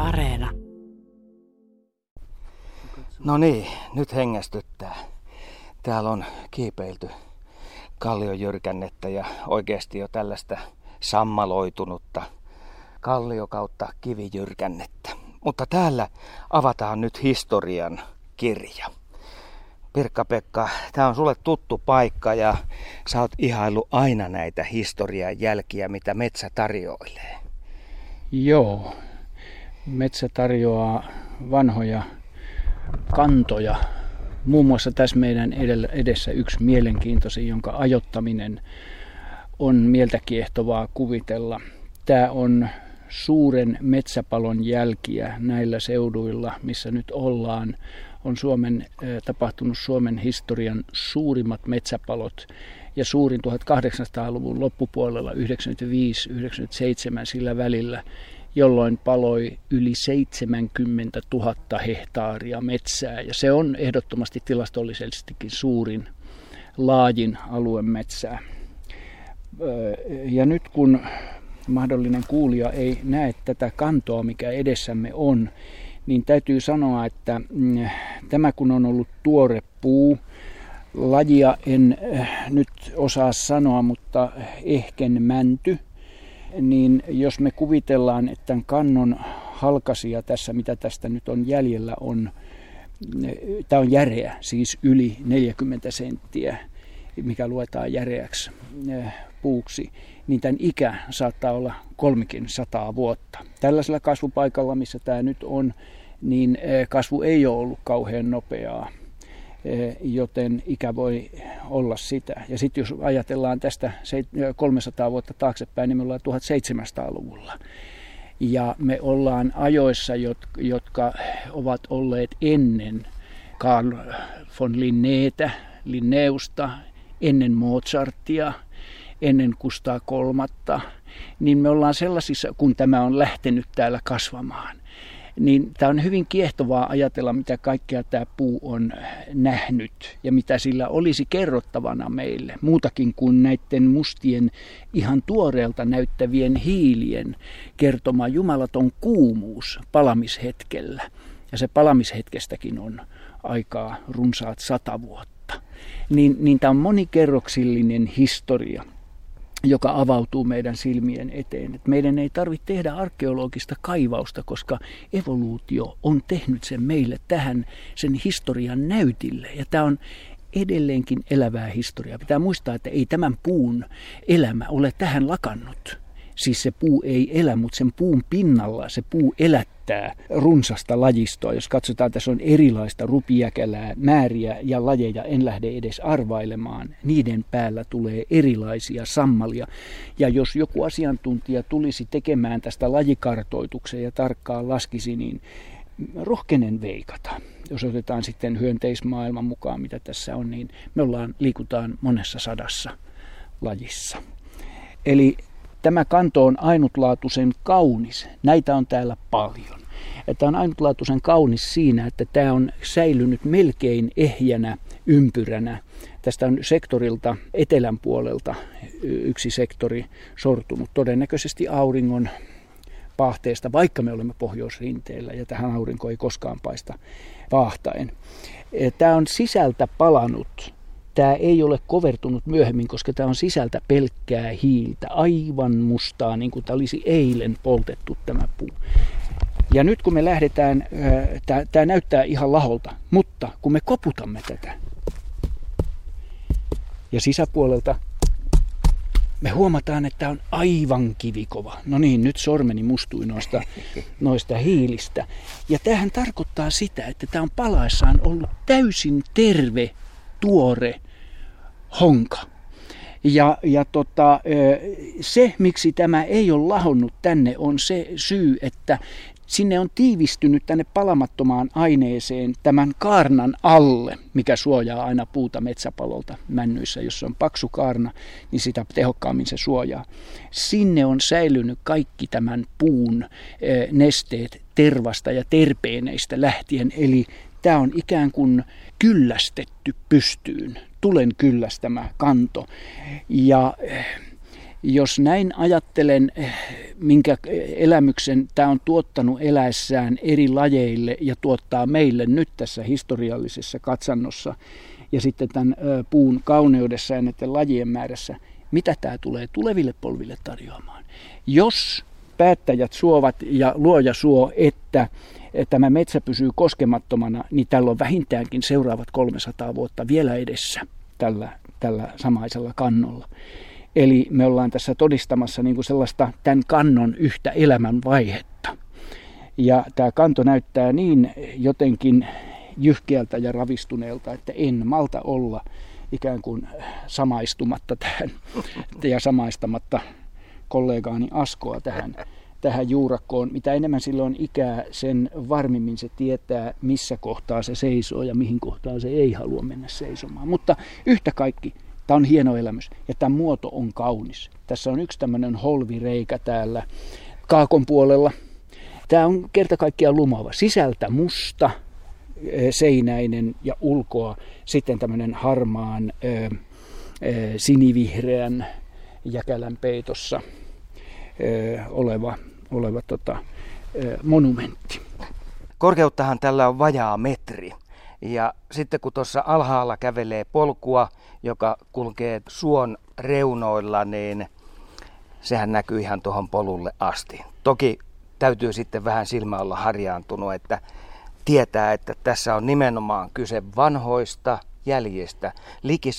Areena. No niin, nyt hengästyttää. Täällä on kiipeilty kalliojyrkännettä ja oikeasti jo tällaista sammaloitunutta kallio kautta kivijyrkännettä. Mutta täällä avataan nyt historian kirja. Pirkka-Pekka, tää on sulle tuttu paikka ja sä oot ihaillut aina näitä historian jälkiä, mitä metsä tarjoilee. Joo, metsä tarjoaa vanhoja kantoja. Muun muassa tässä meidän edessä yksi mielenkiintoisin, jonka ajoittaminen on mieltä kiehtovaa kuvitella. Tämä on suuren metsäpalon jälkiä näillä seuduilla, missä nyt ollaan. On tapahtunut Suomen historian suurimmat metsäpalot ja suurin 1800-luvun loppupuolella 95-97 sillä välillä, jolloin paloi yli 70 000 hehtaaria metsää. Ja se on ehdottomasti tilastollisestikin suurin, laajin alue metsää. Ja nyt kun mahdollinen kuulija ei näe tätä kantoa, mikä edessämme on, niin täytyy sanoa, että tämä kun on ollut tuore puu, lajia en nyt osaa sanoa, mutta ehken mänty, niin jos me kuvitellaan, että tämän kannon halkasia tässä, mitä tästä nyt on jäljellä, tämä on järeä, siis yli 40 senttiä, mikä luetaan järeäksi puuksi, niin tämän ikä saattaa olla 300 vuotta. Tällaisella kasvupaikalla, missä tämä nyt on, niin kasvu ei ole ollut kauhean nopeaa, joten ikä voi olla sitä. Ja sitten jos ajatellaan tästä 300 vuotta taaksepäin, niin me ollaan 1700-luvulla. Ja me ollaan ajoissa, jotka ovat olleet ennen Carl von Linneusta, ennen Mozartia, ennen Kustaa III, niin me ollaan sellaisissa, kun tämä on lähtenyt täällä kasvamaan. Niin tämä on hyvin kiehtovaa ajatella, mitä kaikkea tämä puu on nähnyt ja mitä sillä olisi kerrottavana meille. Muutakin kuin näiden mustien ihan tuoreelta näyttävien hiilien kertoma jumalaton kuumuus palamishetkellä. Ja se palamishetkestäkin on aikaa runsaat 100 vuotta. Niin tämä on monikerroksillinen historia, joka avautuu meidän silmien eteen. Et meidän ei tarvitse tehdä arkeologista kaivausta, koska evoluutio on tehnyt sen meille tähän sen historian näytille. Ja tämä on edelleenkin elävää historiaa. Pitää muistaa, että ei tämän puun elämä ole tähän lakannut. Siis se puu ei elä, mutta sen puun pinnalla se puu elättää runsasta lajistoa. Jos katsotaan, tässä on erilaista rupiäkälää, määriä ja lajeja, en lähde edes arvailemaan. Niiden päällä tulee erilaisia sammalia. Ja jos joku asiantuntija tulisi tekemään tästä lajikartoituksen ja tarkkaan laskisi, niin rohkenen veikata. Jos otetaan sitten hyönteismaailman mukaan, mitä tässä on, niin me liikutaan monessa sadassa lajissa. Eli tämä kanto on ainutlaatuisen kaunis. Näitä on täällä paljon. Tämä on ainutlaatuisen kaunis siinä, että tämä on säilynyt melkein ehjänä ympyränä. Tästä on sektorilta etelän puolelta yksi sektori sortunut todennäköisesti auringon paahteesta, vaikka me olemme pohjoisrinteellä ja tähän aurinko ei koskaan paista paahtaen. Tämä on sisältä palanut. Tämä ei ole kovertunut myöhemmin, koska tämä on sisältä pelkkää hiiltä, aivan mustaa, niin kuin tämä olisi eilen poltettu tämä puu. Ja nyt kun me lähdetään, tämä näyttää ihan laholta, mutta kun me koputamme tätä ja sisäpuolelta me huomataan, että tämä on aivan kivikova. No niin, nyt sormeni mustui noista hiilistä. Ja tämähän tarkoittaa sitä, että tämä on palaessaan ollut täysin terve, tuore honka. Ja se, miksi tämä ei ole lahonnut tänne, on se syy, että sinne on tiivistynyt tänne palamattomaan aineeseen tämän kaarnan alle, mikä suojaa aina puuta metsäpalolta männyissä. Jos se on paksu kaarna, niin sitä tehokkaammin se suojaa. Sinne on säilynyt kaikki tämän puun nesteet tervasta ja terpeeneistä lähtien, eli tämä on ikään kuin kyllästetty pystyyn, tulen kyllästämä kanto. Ja Jos näin ajattelen, minkä elämyksen tämä on tuottanut eläessään eri lajeille ja tuottaa meille nyt tässä historiallisessa katsannossa ja sitten tämän puun kauneudessa ja näiden lajien määrässä, mitä tämä tulee tuleville polville tarjoamaan. Jos päättäjät suovat ja luoja suo, että tämä metsä pysyy koskemattomana, niin tällä on vähintäänkin seuraavat 300 vuotta vielä edessä tällä samaisella kannolla. Eli me ollaan tässä todistamassa niin kuin sellaista tämän kannon yhtä elämänvaihetta. Ja tämä kanto näyttää niin jotenkin jyhkeältä ja ravistuneelta, että en malta olla ikään kuin samaistumatta tähän ja samaistamatta kollegaani Askoa tähän juurakkoon. Mitä enemmän sillä on ikää, sen varmimmin se tietää, missä kohtaa se seisoo ja mihin kohtaan se ei halua mennä seisomaan. Mutta yhtä kaikki, tämä on hieno elämys ja tämä muoto on kaunis. Tässä on yksi tämmöinen holvireikä täällä kaakon puolella. Tämä on kerta kaikkiaan lumaava. Sisältä musta, seinäinen ja ulkoa sitten tämmöinen harmaan sinivihreän jäkälän peitossa oleva monumentti. Korkeuttahan tällä on vajaa metri. Ja sitten kun tuossa alhaalla kävelee polkua, joka kulkee suon reunoilla, niin sehän näkyy ihan tuohon polulle asti. Toki täytyy sitten vähän silmä olla harjaantunut, että tietää, että tässä on nimenomaan kyse vanhoista jäljistä liki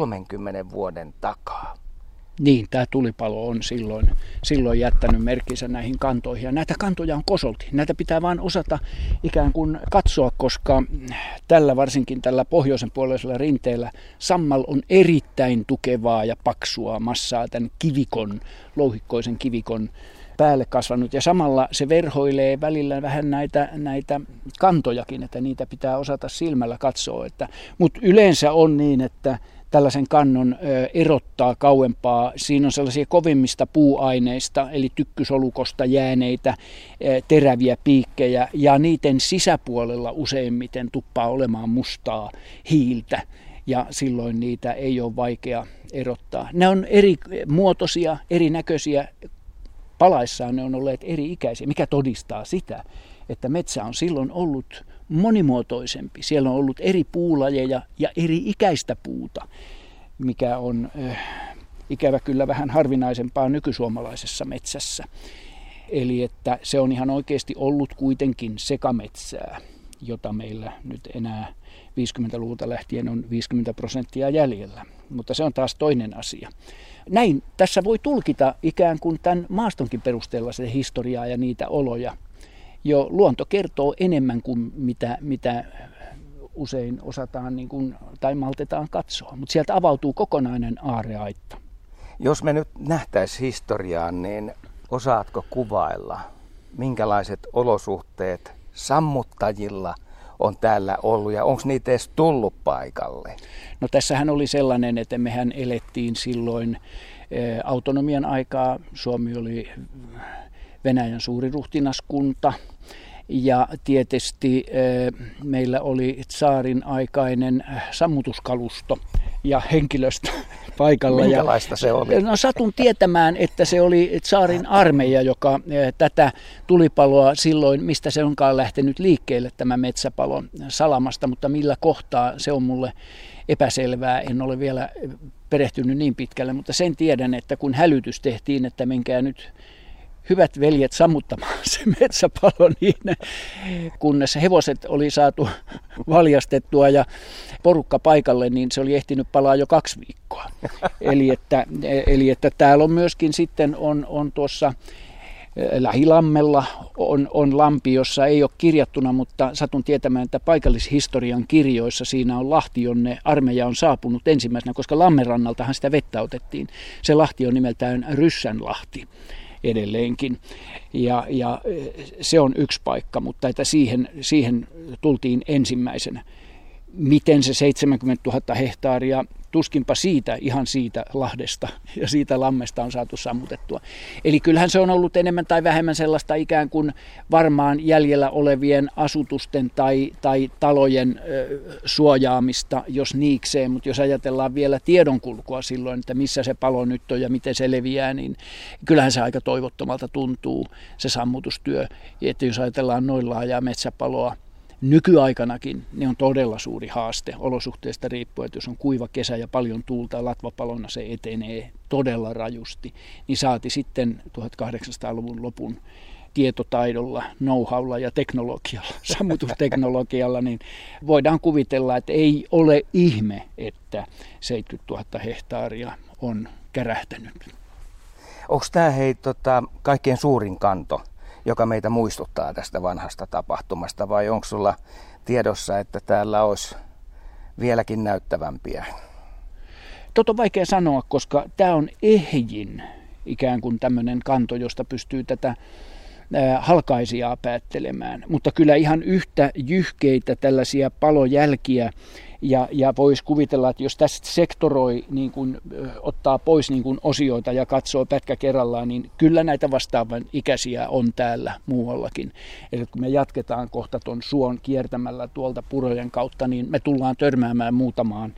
130 vuoden takaa. Niin, tämä tulipalo on silloin jättänyt merkkinsä näihin kantoihin. Ja näitä kantoja on kosolti. Näitä pitää vain osata ikään kuin katsoa, koska varsinkin tällä pohjoisen puoleisella rinteellä sammal on erittäin tukevaa ja paksua massaa tämän louhikkoisen kivikon päälle kasvanut. Ja samalla se verhoilee välillä vähän näitä kantojakin, että niitä pitää osata silmällä katsoa. Mutta yleensä on niin, että tällaisen kannon erottaa kauempaa. Siinä on sellaisia kovimmista puuaineista, eli tykkysolukosta jääneitä teräviä piikkejä, ja niiden sisäpuolella useimmiten tuppaa olemaan mustaa hiiltä, ja silloin niitä ei ole vaikea erottaa. Ne on eri muotoisia, erinäköisiä, palaissaan ne on olleet eri ikäisiä, mikä todistaa sitä, että metsä on silloin ollut monimuotoisempi. Siellä on ollut eri puulajeja ja eri ikäistä puuta, mikä on ikävä kyllä vähän harvinaisempaa nykysuomalaisessa metsässä. Eli että se on ihan oikeasti ollut kuitenkin sekametsää, jota meillä nyt enää 50-luvulta lähtien on 50% jäljellä. Mutta se on taas toinen asia. Näin tässä voi tulkita ikään kuin tämän maastonkin perusteella se historiaa ja niitä oloja. Jo luonto kertoo enemmän kuin mitä usein osataan tai maltetaan katsoa, mutta sieltä avautuu kokonainen aarreaitta. Jos me nyt nähtäisiin historiaan, niin osaatko kuvailla, minkälaiset olosuhteet sammuttajilla on täällä ollut ja onko niitä edes tullut paikalle? No tässähän oli sellainen, että mehän elettiin silloin autonomian aikaa. Suomi oli Venäjän suuriruhtinaskunta ja tietysti meillä oli tsaarin aikainen sammutuskalusto ja henkilöstö paikalla. Minkälaista se oli? No satun tietämään, että se oli tsaarin armeija, joka tätä tulipaloa silloin, mistä se onkaan lähtenyt liikkeelle tämä metsäpalo Salamasta, mutta millä kohtaa se on mulle epäselvää. En ole vielä perehtynyt niin pitkälle, mutta sen tiedän, että kun hälytys tehtiin, että menkää nyt hyvät veljet sammuttamaan se metsäpalo, niin kunnes hevoset oli saatu valjastettua ja porukka paikalle, niin se oli ehtinyt palaa jo 2 viikkoa. Eli että täällä on myöskin sitten on tuossa Lähilammella on lampi, jossa ei ole kirjattuna, mutta satun tietämään, että paikallishistorian kirjoissa siinä on lahti, jonne armeija on saapunut ensimmäisenä, koska Lammenrannaltahan sitä vettä otettiin. Se lahti on nimeltään Ryssänlahti edelleenkin. Ja se on yksi paikka, mutta että siihen tultiin ensimmäisenä. Miten se 70 000 hehtaaria tuskinpa ihan siitä lahdesta ja siitä lammesta on saatu sammutettua. Eli kyllähän se on ollut enemmän tai vähemmän sellaista ikään kuin varmaan jäljellä olevien asutusten tai talojen suojaamista, jos niikseen, mutta jos ajatellaan vielä tiedonkulkua silloin, että missä se palo nyt on ja miten se leviää, niin kyllähän se aika toivottomalta tuntuu se sammutustyö. Että jos ajatellaan noin laajaa metsäpaloa, nykyaikanakin ne on todella suuri haaste olosuhteista riippuen, että jos on kuiva kesä ja paljon tuulta latvapalona se etenee todella rajusti, niin saati sitten 1800-luvun lopun tietotaidolla, know-howlla ja teknologialla, sammutusteknologialla, niin voidaan kuvitella, että ei ole ihme, että 70 000 hehtaaria on kärähtänyt. Onko tämä kaikkein suurin kanto, joka meitä muistuttaa tästä vanhasta tapahtumasta, vai onko sulla tiedossa, että täällä olisi vieläkin näyttävämpiä? On vaikea sanoa, koska tämä on ehjin ikään kuin tämmöinen kanto, josta pystyy tätä halkaisijaa päättelemään, mutta kyllä ihan yhtä jyhkeitä tällaisia palojälkiä ja voisi kuvitella, että jos tästä sektoroi, niin kuin, ottaa pois niin kuin osioita ja katsoo pätkä kerrallaan, niin kyllä näitä vastaavan ikäisiä on täällä muuallakin. Eli kun me jatketaan kohta tuon suon kiertämällä tuolta purojen kautta, niin me tullaan törmäämään muutamaan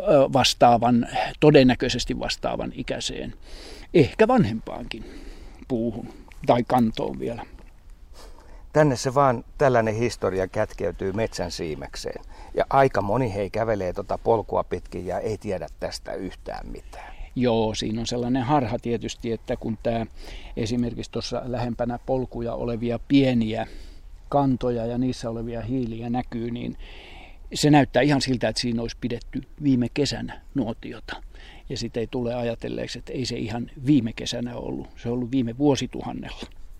todennäköisesti vastaavan ikäiseen, ehkä vanhempaankin puuhun tai kantoon vielä. Tänne se vaan tällainen historia kätkeytyy metsän siimekseen. Ja aika moni kävelee polkua pitkin ja ei tiedä tästä yhtään mitään. Joo, siinä on sellainen harha tietysti, että kun tämä esimerkiksi tuossa lähempänä polkuja olevia pieniä kantoja ja niissä olevia hiiliä näkyy, niin se näyttää ihan siltä, että siinä olisi pidetty viime kesänä nuotiota. Ja sitten ei tule ajatelleeksi, että ei se ihan viime kesänä ollut, se on ollut viime vuosituhannella.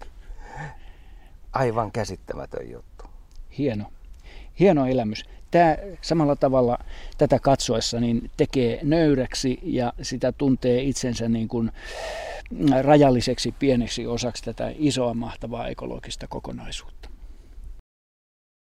Aivan käsittämätön juttu. Hieno elämys. Tämä samalla tavalla tätä katsoessa niin tekee nöyräksi ja sitä tuntee itsensä niin kuin rajalliseksi pieneksi osaksi tätä isoa mahtavaa ekologista kokonaisuutta.